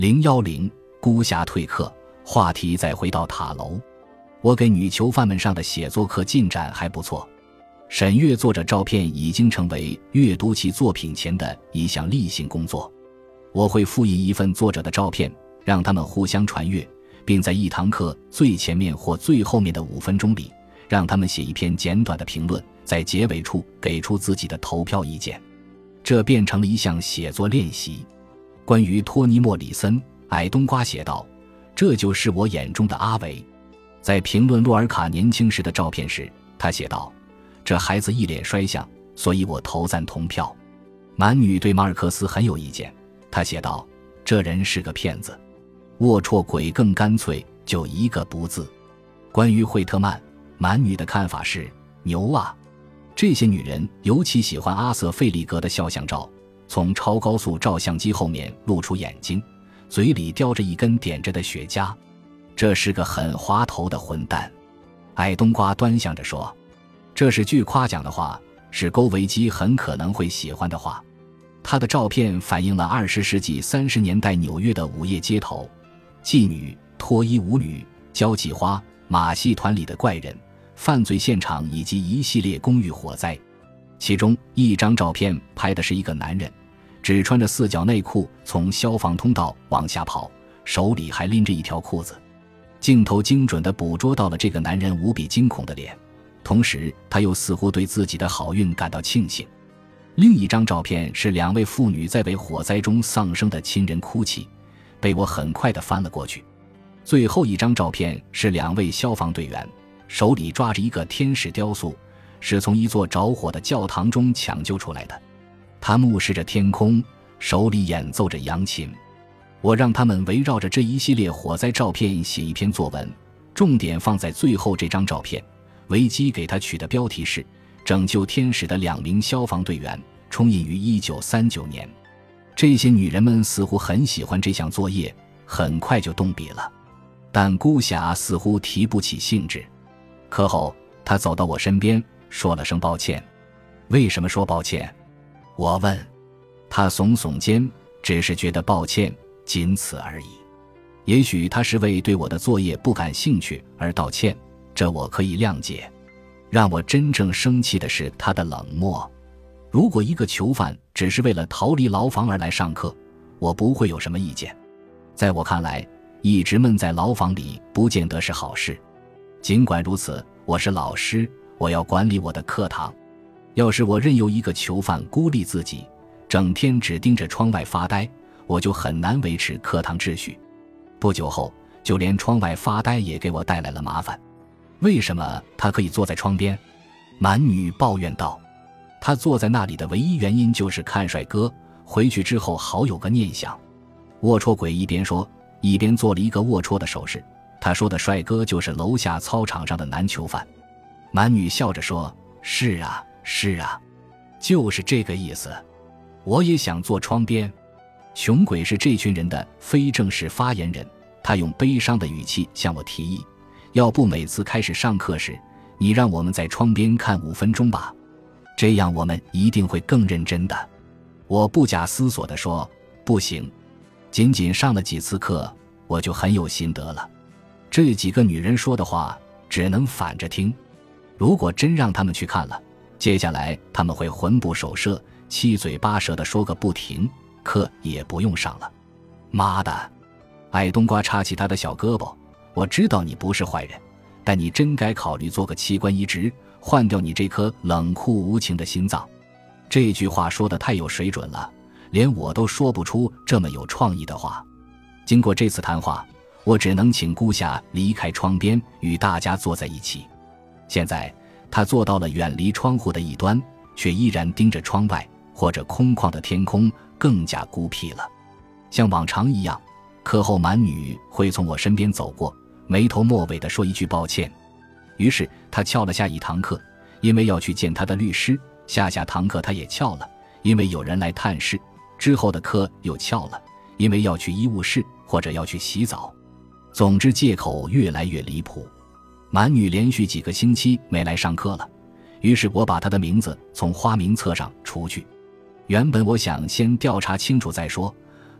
010孤侠退课，话题再回到塔楼。我给女囚犯们上的写作课进展还不错，审阅作者照片已经成为阅读其作品前的一项例行工作。我会复印一份作者的照片，让他们互相传阅，并在一堂课最前面或最后面的5分钟里，让他们写一篇简短的评论，在结尾处给出自己的投票意见。这变成了一项写作练习。关于托尼·莫里森，矮冬瓜写道：这就是我眼中的阿维。在评论洛尔卡年轻时的照片时，他写道：这孩子一脸衰相，所以我投赞同票。满女对马尔克斯很有意见，他写道：这人是个骗子。龌龊鬼更干脆，就一个不字。关于惠特曼，满女的看法是：牛啊！这些女人尤其喜欢阿瑟·费利格的肖像照，从超高速照相机后面露出眼睛，嘴里叼着一根点着的雪茄。这是个很滑头的混蛋。矮冬瓜端详着说，这是句夸奖的话，是勾维基很可能会喜欢的话。他的照片反映了20世纪30年代纽约的午夜街头，妓女、脱衣舞女、交际花、马戏团里的怪人、犯罪现场以及一系列公寓火灾。其中一张照片拍的是一个男人只穿着4角内裤从消防通道往下跑，手里还拎着一条裤子。镜头精准地捕捉到了这个男人无比惊恐的脸，同时他又似乎对自己的好运感到庆幸。另一张照片是2位妇女在为火灾中丧生的亲人哭泣，被我很快地翻了过去。最后一张照片是2位消防队员，手里抓着一个天使雕塑，是从一座着火的教堂中抢救出来的。他目视着天空，手里演奏着扬琴。我让他们围绕着这一系列火灾照片写一篇作文，重点放在最后这张照片。维基给他取的标题是拯救天使的2名消防队员，冲印于1939年。这些女人们似乎很喜欢这项作业，很快就动笔了。但孤侠似乎提不起兴致。课后他走到我身边，说了声抱歉。为什么说抱歉？我问。他耸耸肩，只是觉得抱歉，仅此而已。也许他是为对我的作业不感兴趣而道歉，这我可以谅解。让我真正生气的是他的冷漠。如果一个囚犯只是为了逃离牢房而来上课，我不会有什么意见。在我看来，一直闷在牢房里不见得是好事。尽管如此，我是老师，我要管理我的课堂。要是我任由一个囚犯孤立自己，整天只盯着窗外发呆，我就很难维持课堂秩序。不久后，就连窗外发呆也给我带来了麻烦。为什么他可以坐在窗边？满女抱怨道。他坐在那里的唯一原因就是看帅哥，回去之后好有个念想。龌龊鬼一边说，一边做了一个龌龊的手势。他说的帅哥就是楼下操场上的男囚犯。满女笑着说，是啊，是啊，就是这个意思。我也想坐窗边。穷鬼是这群人的非正式发言人，他用悲伤的语气向我提议，要不每次开始上课时，你让我们在窗边看5分钟吧，这样我们一定会更认真的。我不假思索地说，不行。仅仅上了几次课，我就很有心得了。这几个女人说的话只能反着听，如果真让他们去看了，接下来他们会魂不守舍，七嘴八舌地说个不停，课也不用上了。妈的！矮冬瓜插起他的小胳膊，我知道你不是坏人，但你真该考虑做个器官移植，换掉你这颗冷酷无情的心脏。这句话说得太有水准了，连我都说不出这么有创意的话。经过这次谈话，我只能请孤侠离开窗边，与大家坐在一起。现在他坐到了远离窗户的一端，却依然盯着窗外或者空旷的天空，更加孤僻了。像往常一样，课后满女会从我身边走过，眉头末尾地说一句抱歉。于是他翘了下一堂课，因为要去见他的律师。下堂课他也翘了，因为有人来探视。之后的课又翘了，因为要去医务室或者要去洗澡。总之借口越来越离谱。满女连续几个星期没来上课了，于是我把她的名字从花名册上除去。原本我想先调查清楚再说，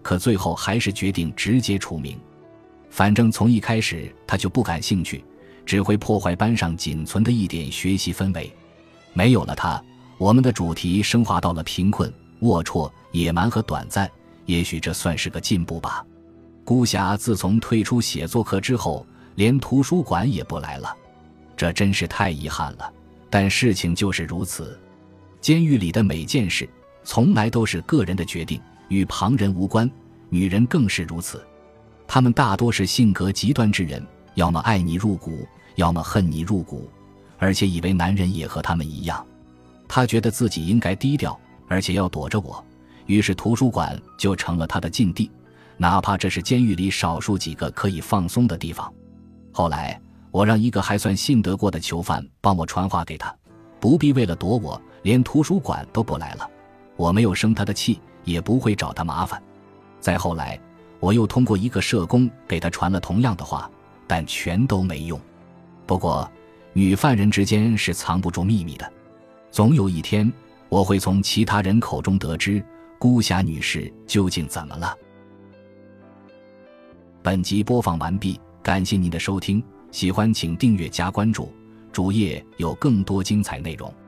可最后还是决定直接除名。反正从一开始他就不感兴趣，只会破坏班上仅存的一点学习氛围。没有了他，我们的主题升华到了贫困、龌龊、野蛮和短暂，也许这算是个进步吧。孤侠自从退出写作课之后，连图书馆也不来了，这真是太遗憾了。但事情就是如此，监狱里的每件事从来都是个人的决定，与旁人无关，女人更是如此。她们大多是性格极端之人，要么爱你入骨，要么恨你入骨，而且以为男人也和他们一样。她觉得自己应该低调，而且要躲着我，于是图书馆就成了她的禁地，哪怕这是监狱里少数几个可以放松的地方。后来我让一个还算信得过的囚犯帮我传话给他，不必为了躲我连图书馆都不来了。我没有生他的气，也不会找他麻烦。再后来我又通过一个社工给他传了同样的话，但全都没用。不过女犯人之间是藏不住秘密的，总有一天我会从其他人口中得知孤侠女士究竟怎么了。本集播放完毕，感谢您的收听，喜欢请订阅加关注，主页有更多精彩内容。